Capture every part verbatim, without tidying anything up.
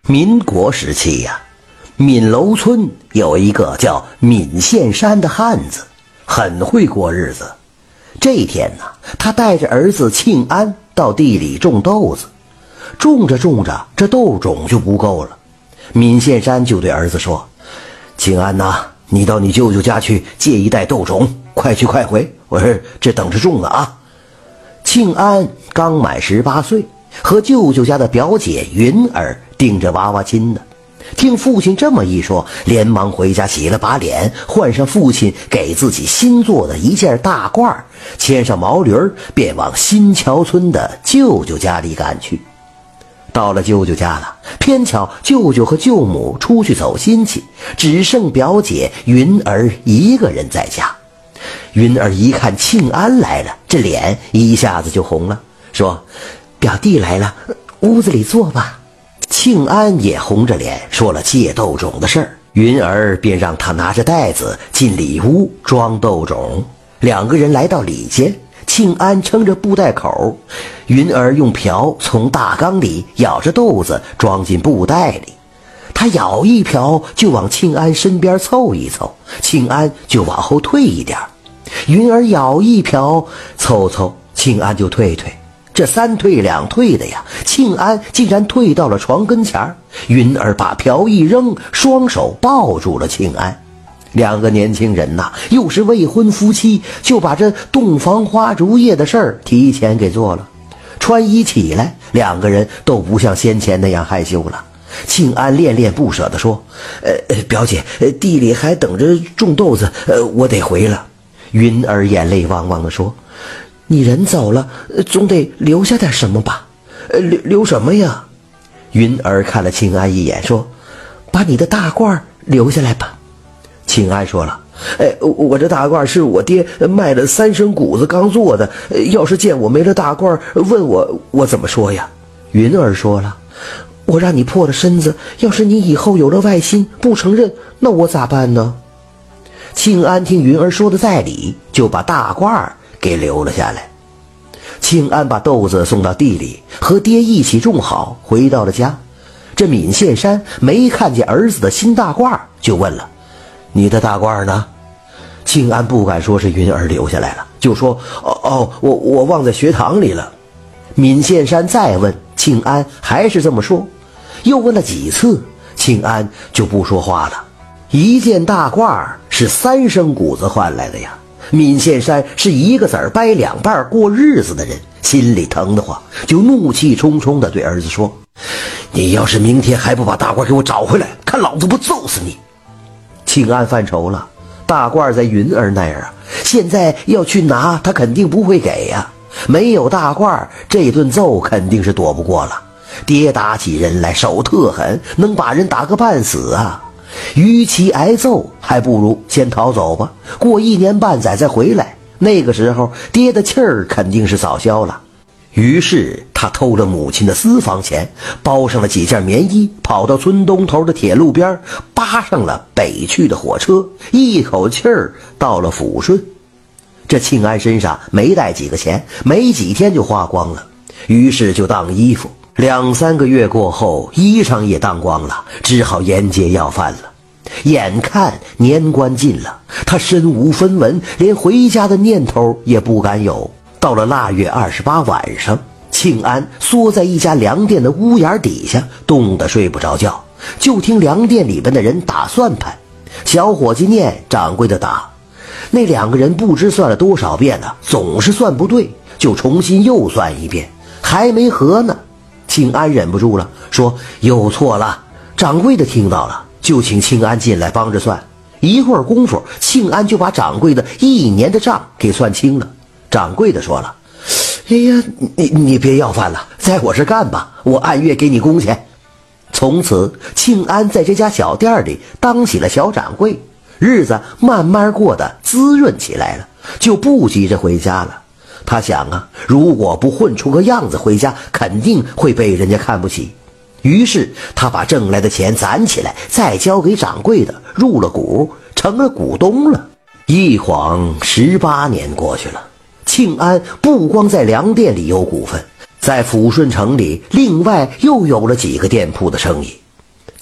民国时期呀、啊，闽楼村有一个叫闽宪山的汉子，很会过日子。这一天呢，他带着儿子庆安到地里种豆子，种着种着，这豆种就不够了。闽宪山就对儿子说：“庆安呐，你到你舅舅家去借一袋豆种，快去快回，我说这等着种了啊。”庆安刚满十八岁，和舅舅家的表姐云儿定着娃娃亲呢。听父亲这么一说，连忙回家洗了把脸，换上父亲给自己新做的一件大褂，牵上毛驴，便往新桥村的舅舅家里赶去。到了舅舅家了，偏巧舅舅和舅母出去走亲戚，只剩表姐云儿一个人在家。云儿一看庆安来了，这脸一下子就红了，说：“表弟来了，屋子里坐吧。”庆安也红着脸说了借豆种的事儿，云儿便让他拿着袋子进里屋装豆种。两个人来到里间，庆安撑着布袋口，云儿用瓢从大缸里舀着豆子装进布袋里。他舀一瓢就往庆安身边凑一凑，庆安就往后退一点。云儿舀一瓢凑凑，庆安就退退。这三退两退的呀，庆安竟然退到了床跟前。云儿把瓢一扔，双手抱住了庆安。两个年轻人呐，又是未婚夫妻，就把这洞房花烛夜的事儿提前给做了。穿衣起来，两个人都不像先前那样害羞了。庆安恋恋不舍地说：“呃，表姐，地里还等着种豆子，呃，我得回了。”云儿眼泪汪汪地说：“你人走了，总得留下点什么吧？呃，留留什么呀？”云儿看了庆安一眼，说：“把你的大褂留下来吧。”庆安说了：“哎，我这大褂是我爹卖了三升谷子刚做的，要是见我没了大褂，问我我怎么说呀？”云儿说了：“我让你破了身子，要是你以后有了外心不承认，那我咋办呢？”庆安听云儿说的在理，就把大褂给留了下来。庆安把豆子送到地里，和爹一起种好，回到了家。这闽宪山没看见儿子的新大褂，就问了：“你的大褂呢？”庆安不敢说是云儿留下来了，就说：“哦哦，我我忘在学堂里了。”闽宪山再问，庆安还是这么说，又问了几次，庆安就不说话了。一件大褂是三升谷子换来的呀。闽宪山是一个子儿掰两半过日子的人，心里疼得慌，就怒气冲冲地对儿子说：“你要是明天还不把大褂给我找回来，看老子不揍死你！”庆安犯愁了，大褂在云儿那儿啊，现在要去拿，他肯定不会给呀。没有大褂，这顿揍肯定是躲不过了。爹打起人来手特狠，能把人打个半死啊。与其挨揍，还不如先逃走吧，过一年半载再回来，那个时候爹的气儿肯定是早消了。于是他偷了母亲的私房钱，包上了几件棉衣，跑到村东头的铁路边，扒上了北去的火车，一口气儿到了抚顺。这庆安身上没带几个钱，没几天就花光了，于是就当衣服。两三个月过后，衣裳也当光了，只好沿街要饭了。眼看年关近了，他身无分文，连回家的念头也不敢有。到了腊月二十八晚上，庆安缩在一家粮店的屋檐底下，冻得睡不着觉，就听粮店里边的人打算盘。小伙计念，掌柜的打。那两个人不知算了多少遍了，总是算不对，就重新又算一遍，还没合呢。庆安忍不住了，说：“又错了。”掌柜的听到了，就请庆安进来帮着算。一会儿功夫，庆安就把掌柜的一年的账给算清了。掌柜的说了：“哎呀，你你别要饭了，在我这干吧，我按月给你工钱。”从此，庆安在这家小店里当起了小掌柜，日子慢慢过得滋润起来了，就不急着回家了。他想啊，如果不混出个样子回家，肯定会被人家看不起。于是他把挣来的钱攒起来，再交给掌柜的，入了股，成了股东了。一晃十八年过去了，庆安不光在粮店里有股份，在抚顺城里另外又有了几个店铺的生意。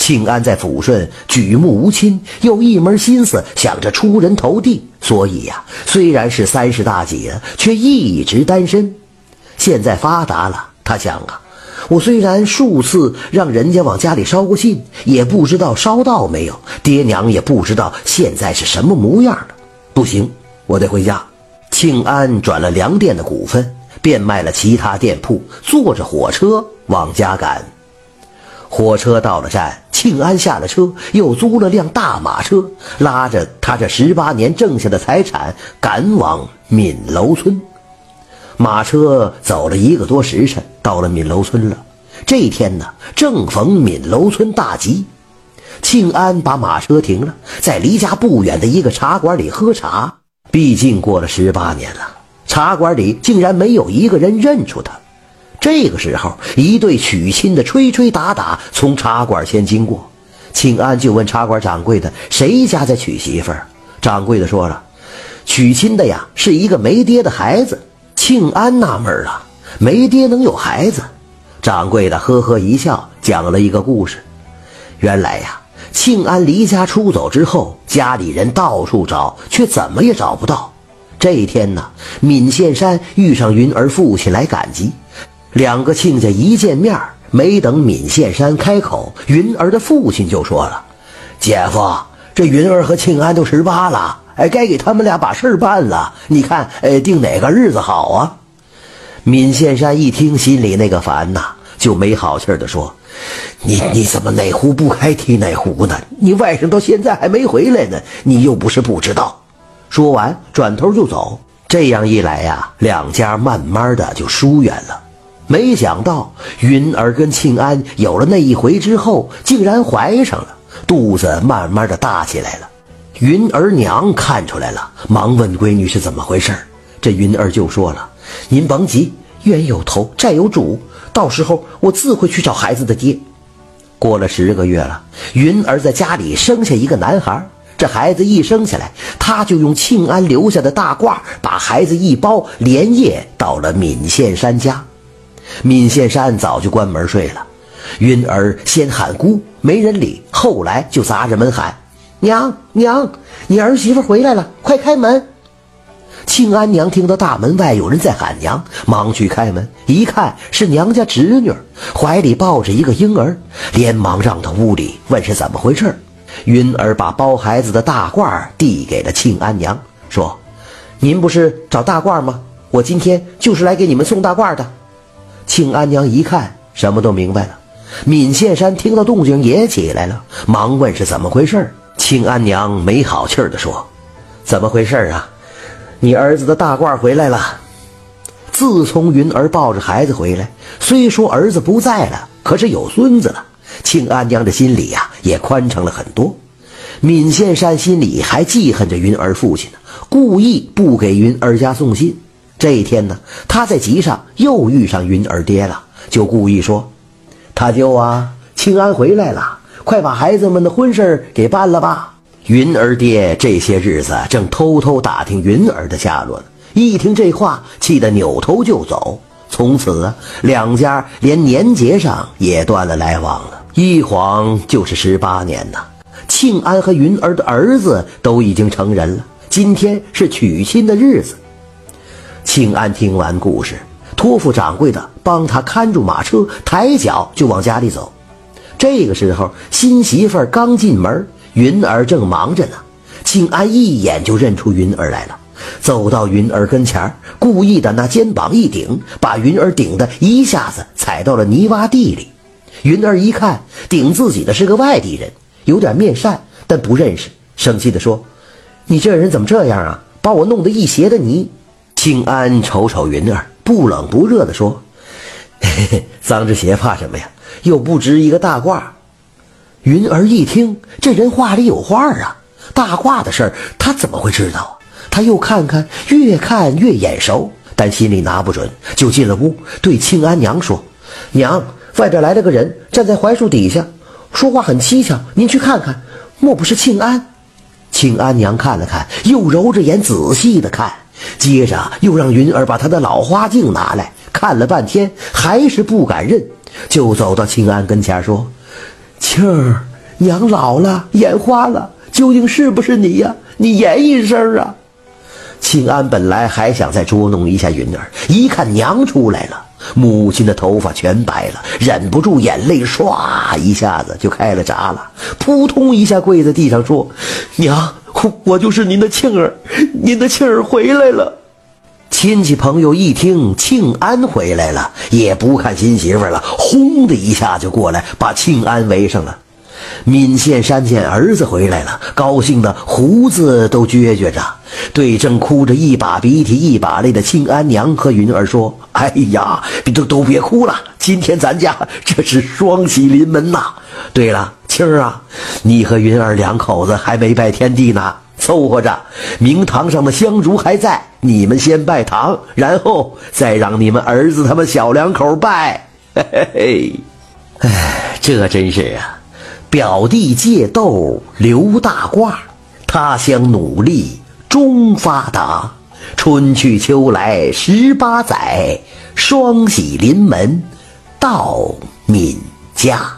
庆安在抚顺举目无亲，又一门心思想着出人头地，所以呀、啊，虽然是三十大几了，却一直单身。现在发达了，他想啊，我虽然数次让人家往家里捎过信，也不知道捎到没有，爹娘也不知道现在是什么模样了。不行，我得回家。庆安转了粮店的股份，变卖了其他店铺，坐着火车往家赶。火车到了站，庆安下了车，又租了辆大马车，拉着他这十八年挣下的财产赶往闽楼村。马车走了一个多时辰，到了闽楼村了。这天呢，正逢闽楼村大集。庆安把马车停了，在离家不远的一个茶馆里喝茶。毕竟过了十八年了，茶馆里竟然没有一个人认出他。这个时候，一对娶亲的吹吹打打从茶馆前经过。庆安就问茶馆掌柜的，谁家在娶媳妇儿？掌柜的说了，娶亲的呀是一个没爹的孩子。庆安纳闷了，没爹能有孩子？掌柜的呵呵一笑，讲了一个故事。原来呀，庆安离家出走之后，家里人到处找，却怎么也找不到。这一天呢，闵宪山遇上云儿父亲来赶集，两个亲家一见面，没等闵宪山开口，云儿的父亲就说了：“姐夫，这云儿和庆安都十八了，哎，该给他们俩把事儿办了。你看，哎，定哪个日子好啊？”闵宪山一听，心里那个烦呐，就没好气儿地说：“你你怎么哪壶不开提哪壶呢？你外甥到现在还没回来呢，你又不是不知道。”说完，转头就走。这样一来呀，两家慢慢的就疏远了。没想到云儿跟庆安有了那一回之后，竟然怀上了，肚子慢慢的大起来了。云儿娘看出来了，忙问闺女是怎么回事。这云儿就说了：“您甭急，冤有头债有主，到时候我自会去找孩子的爹。”过了十个月了，云儿在家里生下一个男孩。这孩子一生下来，他就用庆安留下的大褂把孩子一包，连夜到了闵宪山家。闵宪山早就关门睡了，云儿先喊姑，没人理，后来就砸着门喊：“娘娘，你儿媳妇回来了，快开门！”庆安娘听到大门外有人在喊娘，忙去开门，一看是娘家侄女，怀里抱着一个婴儿，连忙让到屋里问是怎么回事。云儿把包孩子的大褂递给了庆安娘，说：“您不是找大褂吗？我今天就是来给你们送大褂的。”庆安娘一看，什么都明白了。闵宪山听到动静也起来了，忙问是怎么回事。庆安娘没好气儿地说：“怎么回事啊？你儿子的大褂回来了。”自从云儿抱着孩子回来，虽说儿子不在了，可是有孙子了。庆安娘的心里呀、啊、也宽敞了很多。闵宪山心里还记恨着云儿父亲呢，故意不给云儿家送信。这一天呢，他在集上又遇上云儿爹了，就故意说：“他舅啊，庆安回来了，快把孩子们的婚事给办了吧。”云儿爹这些日子正偷偷打听云儿的下落呢，一听这话，气得扭头就走。从此啊，两家连年节上也断了来往了。一晃就是十八年呐。庆安和云儿的儿子都已经成人了，今天是娶亲的日子。庆安听完故事，托付掌柜的帮他看住马车，抬脚就往家里走。这个时候，新媳妇儿刚进门，云儿正忙着呢。庆安一眼就认出云儿来了，走到云儿跟前，故意的拿肩膀一顶，把云儿顶得一下子踩到了泥洼地里。云儿一看顶自己的是个外地人，有点面善，但不认识，生气地说：“你这人怎么这样啊，把我弄得一鞋的泥。”庆安瞅瞅云儿，不冷不热地说：“嘿嘿，脏着鞋怕什么呀，又不值一个大褂。”云儿一听，这人话里有话啊，大褂的事儿他怎么会知道？他又看看，越看越眼熟，但心里拿不准，就进了屋，对庆安娘说：“娘，外边来了个人，站在槐树底下，说话很蹊跷，您去看看，莫不是庆安？”庆安娘看了看，又揉着眼仔细的看，接着又让云儿把她的老花镜拿来，看了半天还是不敢认，就走到庆安跟前说：“庆儿， 娘老了，眼花了，究竟是不是你呀？你言一声啊！”庆安本来还想再捉弄一下云儿，一看娘出来了，母亲的头发全白了，忍不住眼泪唰一下子就开了闸了，扑通一下跪在地上说：“娘，我就是您的庆儿，您的庆儿回来了。”亲戚朋友一听庆安回来了，也不看新媳妇了，轰的一下就过来把庆安围上了。闵宪山见儿子回来了，高兴的胡子都撅撅着，对正哭着一把鼻涕一把泪的庆安娘和云儿说：“哎呀，都都别哭了，今天咱家这是双喜临门呐！对了，庆儿啊，你和云儿两口子还没拜天地呢，凑合着，明堂上的香烛还在，你们先拜堂，然后再让你们儿子他们小两口拜。”嘿嘿嘿，哎，这真是啊！表弟借豆刘大褂，他乡努力终发达。春去秋来十八载，双喜临门到闵家。